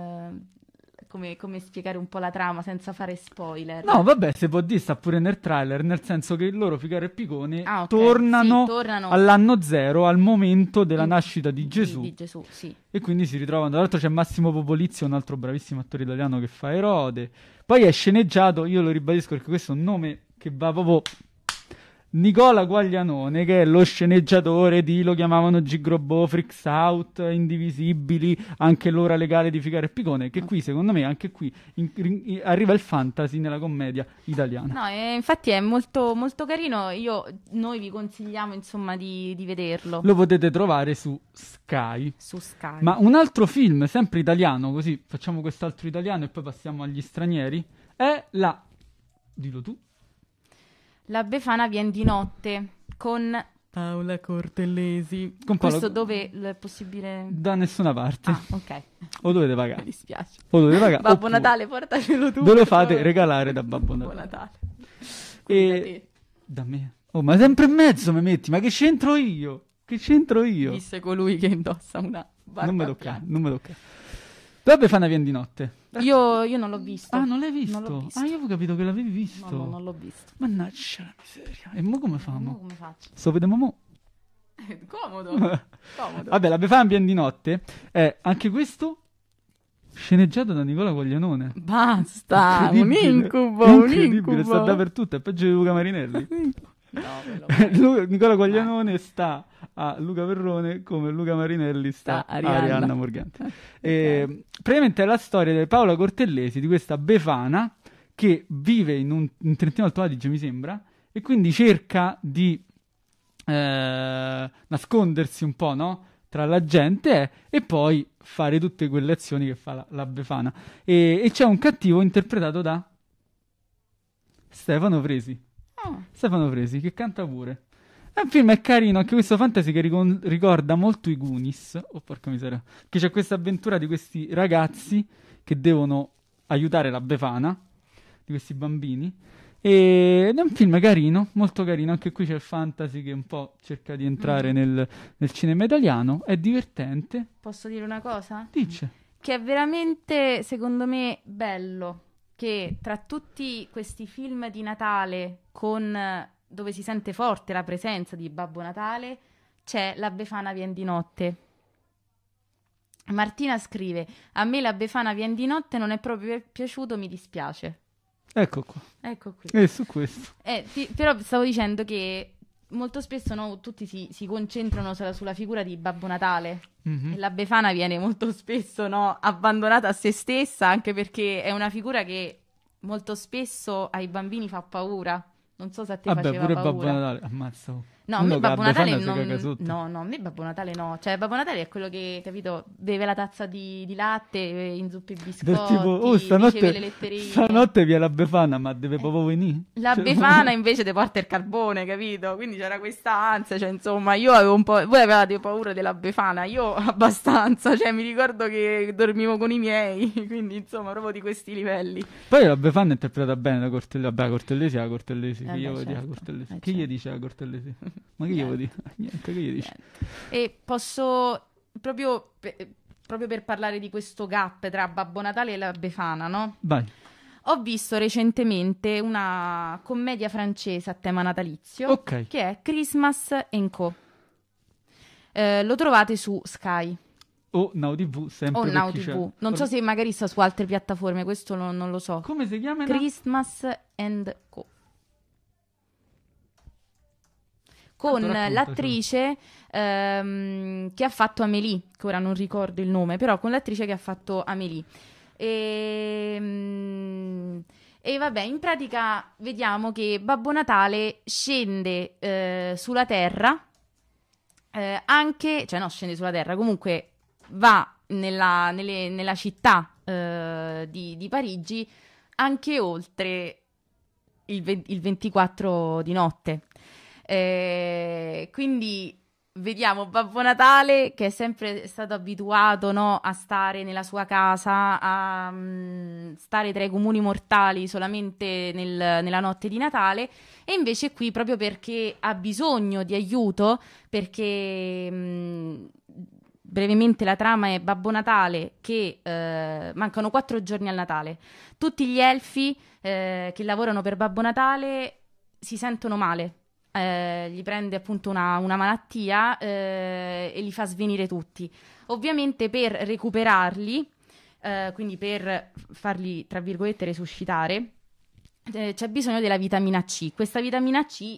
come spiegare un po' la trama senza fare spoiler. No, vabbè, se può dire, sta pure nel trailer, nel senso che loro, Figaro e Picone, okay. tornano Tornano all'anno zero, al momento della nascita di Gesù. Di Gesù, sì. E quindi si ritrovano. Tra l'altro c'è Massimo Popolizio, un altro bravissimo attore italiano che fa Erode. Poi è sceneggiato, io lo ribadisco perché questo è un nome che va proprio... Nicola Guaglianone, che è lo sceneggiatore di, lo chiamavano Gigrobò, Freaks Out, Indivisibili, anche L'ora legale di Figaro e Picone, che qui secondo me anche qui arriva il fantasy nella commedia italiana. No, infatti è molto, molto carino, noi vi consigliamo insomma di vederlo. Lo potete trovare su Sky. Su Sky. Ma un altro film, sempre italiano, così facciamo quest'altro italiano e poi passiamo agli stranieri, è dillo tu. La Befana vien di notte con Paola Cortellesi. Con questo dove è possibile? Da nessuna parte. Ah, ok. O dovete pagare. Mi dispiace. O dovete pagare. Babbo Natale, portacelo tu. Ve lo fate regalare da Babbo Natale. E da me. Oh, ma sempre in mezzo mi metti, ma che c'entro io? Che c'entro io? Disse colui che indossa una barba. Non mi tocca. La Befana vien di notte. Io non l'ho visto. Ah, non l'hai visto? Non l'ho visto. Ah, io avevo capito che l'avevi visto. No, non l'ho visto. Mannaggia la miseria. E mo come famo? Mo come faccio? Sto vedendo mo. Comodo. Vabbè, La Befana vien di notte è anche questo sceneggiato da Nicola Guaglianone. Basta, un incubo. Sta dappertutto, è peggio di Luca Marinelli. Nicola Guaglianone sta a Luca Perrone come Luca Marinelli sta a Arianna Morgante. Praticamente è la storia di Paola Cortellesi, di questa Befana che vive in Trentino Alto Adige, mi sembra, e quindi cerca di nascondersi un po', no? Tra la gente e poi fare tutte quelle azioni che fa la Befana. E c'è un cattivo interpretato da Stefano Fresi. Stefano Fresi, che canta pure. È un film, è carino, anche questo fantasy che ricorda molto i Goonies. Oh, porca miseria. Che c'è questa avventura di questi ragazzi che devono aiutare la Befana, di questi bambini. Ed è un film carino, molto carino. Anche qui c'è il fantasy che un po' cerca di entrare nel cinema italiano. È divertente. Posso dire una cosa? Dice. Che è veramente, secondo me, bello. Che tra tutti questi film di Natale dove si sente forte la presenza di Babbo Natale c'è La Befana vien di notte. Martina scrive: a me La Befana vien di notte non è proprio piaciuto, mi dispiace. Ecco qua. Ecco qui. E su questo. Però stavo dicendo che molto spesso tutti si concentrano sulla figura di Babbo Natale. E la Befana viene molto spesso abbandonata a se stessa, anche perché è una figura che molto spesso ai bambini fa paura. Non so se a te faceva pure paura. Babbo Natale, ammazza. No, a me Babbo Natale no, a me Babbo Natale no. Cioè, Babbo Natale è quello che, capito, beve la tazza di latte, inzuppa i biscotti, riceve le letterine. Stanotte viene la Befana, ma deve proprio venire. La Befana invece ti porta il carbone, capito? Quindi c'era questa ansia, cioè, insomma, io avevo un po'... Voi avevate paura della Befana, io abbastanza, cioè, mi ricordo che dormivo con i miei, quindi, insomma, proprio di questi livelli. Poi la Befana è interpretata bene da Cortellesi. Vabbè, Cortellesi è la Cortellesi. Che gli vuoi dire a certo. Cortellesi? Che gli dice a Cortellesi? Ma che gli vuoi dire? Niente, che gli dici? E posso proprio per parlare di questo gap tra Babbo Natale e la Befana, no? Vai. Ho visto recentemente una commedia francese a tema natalizio che è Christmas & Co. Lo trovate su Sky. O Now TV, sempre. O Now TV. Non so se magari sta su altre piattaforme, questo non lo so. Come si chiama? Christmas & Co. con l'attrice che ha fatto Amélie, che ora non ricordo il nome, però con l'attrice che ha fatto Amélie. E vabbè, in pratica vediamo che Babbo Natale scende sulla Terra, scende sulla Terra, comunque va nella città di Parigi anche oltre il 24 di notte. Quindi vediamo Babbo Natale che è sempre stato abituato, no, a stare nella sua casa, a stare tra i comuni mortali solamente nella notte di Natale, e invece qui proprio perché ha bisogno di aiuto, perché brevemente la trama è Babbo Natale che mancano 4 giorni al Natale, tutti gli elfi che lavorano per Babbo Natale si sentono male. Gli prende appunto una malattia e li fa svenire tutti. Ovviamente per recuperarli, quindi per farli tra virgolette resuscitare, c'è bisogno della vitamina C. Questa vitamina C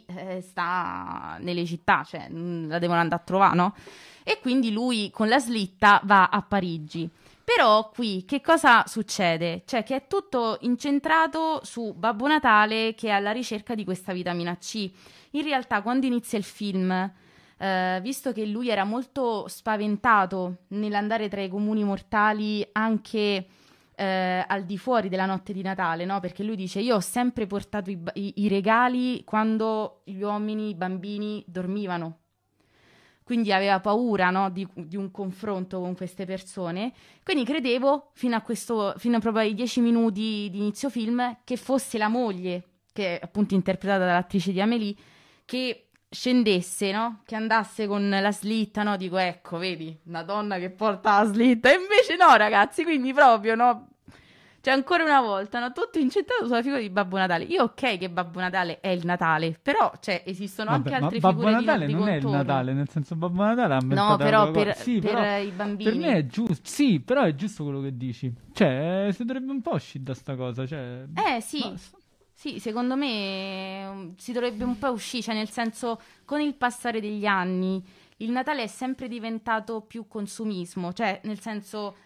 sta nelle città, cioè la devono andare a trovare, no? E quindi lui con la slitta va a Parigi. Però qui che cosa succede? Cioè che è tutto incentrato su Babbo Natale che è alla ricerca di questa vitamina C. In realtà quando inizia il film, visto che lui era molto spaventato nell'andare tra i comuni mortali anche al di fuori della notte di Natale, no? Perché lui dice: io ho sempre portato i regali quando gli uomini, i bambini dormivano. Quindi aveva paura, no, di un confronto con queste persone. Quindi credevo, fino proprio ai 10 minuti di inizio film, che fosse la moglie, che è appunto interpretata dall'attrice di Amélie, che scendesse, no? Che andasse con la slitta, no? Dico, ecco, vedi, una donna che porta la slitta. E invece no, ragazzi, quindi proprio, no? Cioè, ancora una volta, no? Tutto incentrato sulla figura di Babbo Natale. Io ok che Babbo Natale è il Natale, però, cioè, esistono anche altre Babbo figure Natale di non è il Natale, nel senso Babbo Natale ha inventato no, però però i bambini. Per me è giusto, sì, però è giusto quello che dici. Cioè, si dovrebbe un po' uscire da sta cosa, cioè... Sì. Basta. Sì, secondo me si dovrebbe un po' uscire, cioè nel senso, con il passare degli anni, il Natale è sempre diventato più consumismo, cioè nel senso...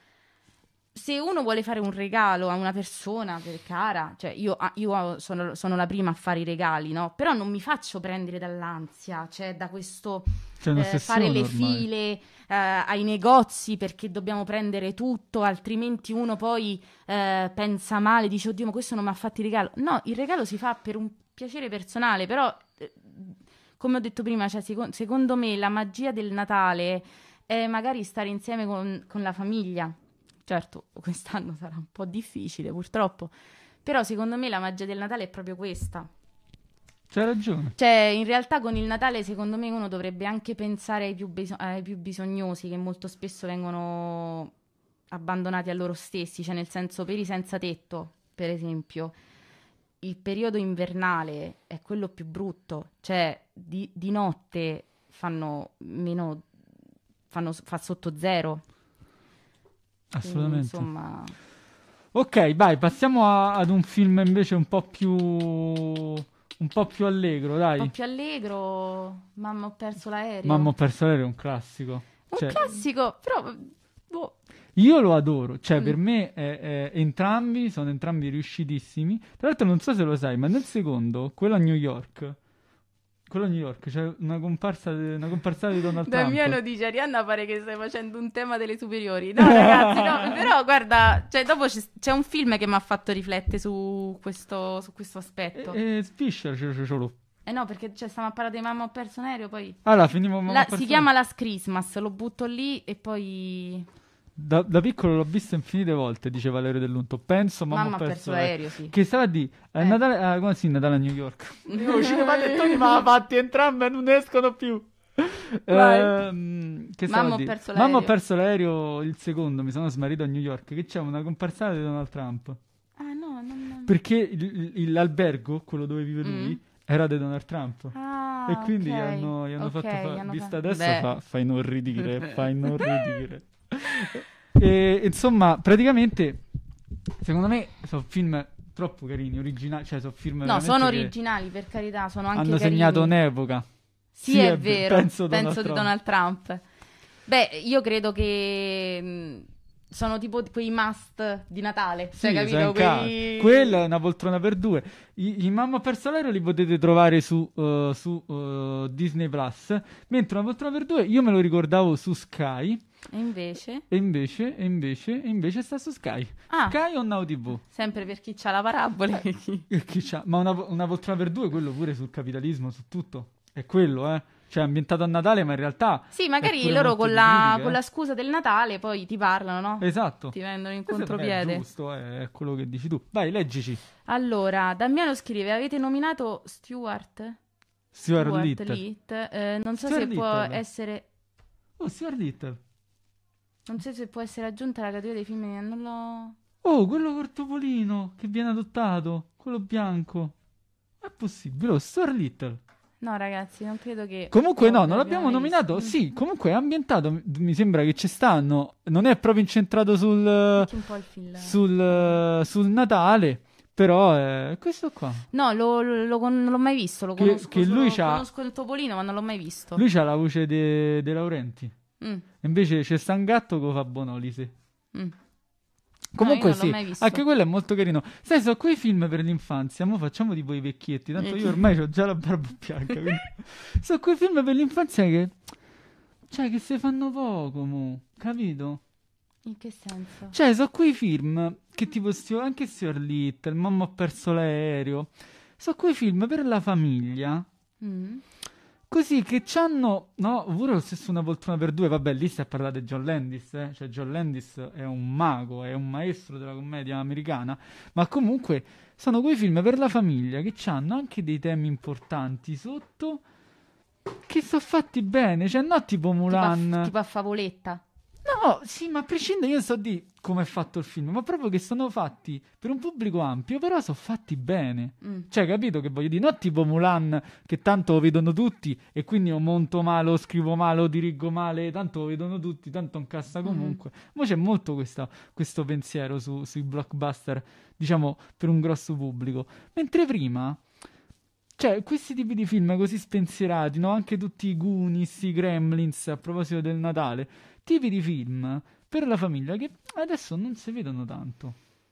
Se uno vuole fare un regalo a una persona per cara, cioè io sono la prima a fare i regali, no? Però non mi faccio prendere dall'ansia, cioè da questo fare le file ai negozi perché dobbiamo prendere tutto, altrimenti uno poi pensa male, dice oddio ma questo non mi ha fatto il regalo. No, il regalo si fa per un piacere personale, però come ho detto prima, cioè, secondo me la magia del Natale è magari stare insieme con la famiglia. Certo, quest'anno sarà un po' difficile, purtroppo. Però secondo me la magia del Natale è proprio questa. C'hai ragione. Cioè, in realtà con il Natale, secondo me, uno dovrebbe anche pensare ai più bisognosi, che molto spesso vengono abbandonati a loro stessi. Cioè, nel senso, per i senza tetto, per esempio. Il periodo invernale è quello più brutto. Cioè, di notte fa sotto zero. Assolutamente. Quindi, insomma... Ok, vai, passiamo ad un film invece un po' più allegro, dai. Un po' più allegro, Mamma ho perso l'aereo. Mamma ho perso l'aereo è un classico. Un classico, però... Boh. Io lo adoro, cioè per me sono entrambi riuscitissimi. Tra l'altro non so se lo sai, ma nel secondo, quello a New York, c'è una comparsata di Donald Trump. Damiano dice: Arianna pare che stai facendo un tema delle superiori. No ragazzi, no, però guarda, cioè dopo c'è un film che mi ha fatto riflettere su questo aspetto. Spiscia ce No, perché stiamo a parlare di Mamma ho perso un aereo, poi... Allora, finiamo si chiama Last Christmas, lo butto lì e poi... Da piccolo l'ho visto infinite volte, dice Valerio Dell'Unto. Penso Mamma ho perso l'aereo, sì. Che stava a dire, Natale, come si Natale a New York? Io cinema lettoni ma fatti entrambi e non escono più. Che Mamma ho perso l'aereo. Mamma ho perso l'aereo, il secondo, mi sono smarrito a New York, che c'è una comparsata di Donald Trump. Ah no, non... Perché l'albergo, quello dove vive lui, era di Donald Trump. Ah, e quindi okay. gli hanno fatto vista fa... adesso fa inorridire, E, insomma, praticamente, secondo me sono film troppo carini, originali, cioè sono film no, sono originali, per carità, sono anche hanno carini. segnato un'epoca. Sì, è vero, penso di Donald Trump. Beh, io credo che sono tipo quei must di Natale, sì, capito? Quella è una poltrona per due. I Mamma perso l'aereo li potete trovare su Disney Plus, mentre una poltrona per due io me lo ricordavo su Sky. E invece sta su Sky. Sky o Now TV? Sempre per chi c'ha la parabola. Ma una poltrona per due, quello pure sul capitalismo, su tutto. È quello, Cioè, ambientato a Natale, ma in realtà... Sì, magari loro con la scusa del Natale poi ti parlano, no? Esatto. Ti vendono in contropiede. È giusto, è quello che dici tu. Vai, leggici. Allora, Damiano scrive, avete nominato Stuart Little. Non so Stuart se Little. può essere... Oh, Stuart Little. Non so se può essere aggiunta alla categoria dei film, non l'ho... Oh, quello col topolino che viene adottato, quello bianco. È possibile, Stuart Little. No, ragazzi, non credo che... Comunque no, non l'abbiamo nominato. Visto. Sì, comunque è ambientato, mi sembra che ci stanno. Non è proprio incentrato sul Natale, però è questo qua. No, non l'ho mai visto, conosco il topolino, ma non l'ho mai visto. Lui c'ha la voce De Laurenti. Invece c'è sta un gatto che lo fa Bonolisi. Comunque sì, anche quello è molto carino. Sai, sono quei film per l'infanzia. Mo facciamo tipo i vecchietti. Tanto io ormai ho già la barba bianca. Sono quei film per l'infanzia che... Cioè, che si fanno poco, mo. Capito? In che senso? Cioè, sono quei film che tipo... Anche Stuart Little, Mamma ho perso l'aereo. Sono quei film per la famiglia. Così che c'hanno, no, pure lo stesso Una poltrona per due, vabbè, lì si è parlato di John Landis, cioè John Landis è un mago, è un maestro della commedia americana, ma comunque sono quei film per la famiglia che c'hanno anche dei temi importanti sotto, che sono fatti bene, cioè no tipo Mulan. Tipo a favoletta. No, sì, ma a prescindere, io so di come è fatto il film, ma proprio che sono fatti per un pubblico ampio, però sono fatti bene. Cioè, capito che voglio dire? Non tipo Mulan, che tanto lo vedono tutti e quindi io monto male, o scrivo male, o dirigo male, tanto lo vedono tutti, tanto incassa comunque. Ma c'è molto questo pensiero sui blockbuster, diciamo, per un grosso pubblico. Mentre prima... Cioè, questi tipi di film così spensierati, no? Anche tutti i Goonies, i Gremlins, a proposito del Natale, tipi di film per la famiglia che adesso non si vedono tanto.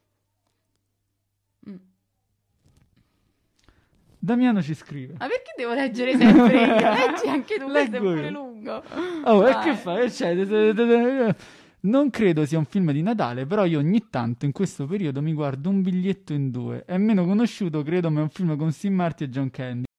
Damiano ci scrive. Ma perché devo leggere sempre io? Leggi anche tu, questo è pure lungo. Oh, e che fai? Cioè, non credo sia un film di Natale, però io ogni tanto in questo periodo mi guardo Un biglietto in due. È meno conosciuto, credo, ma è un film con Steve Martin e John Candy.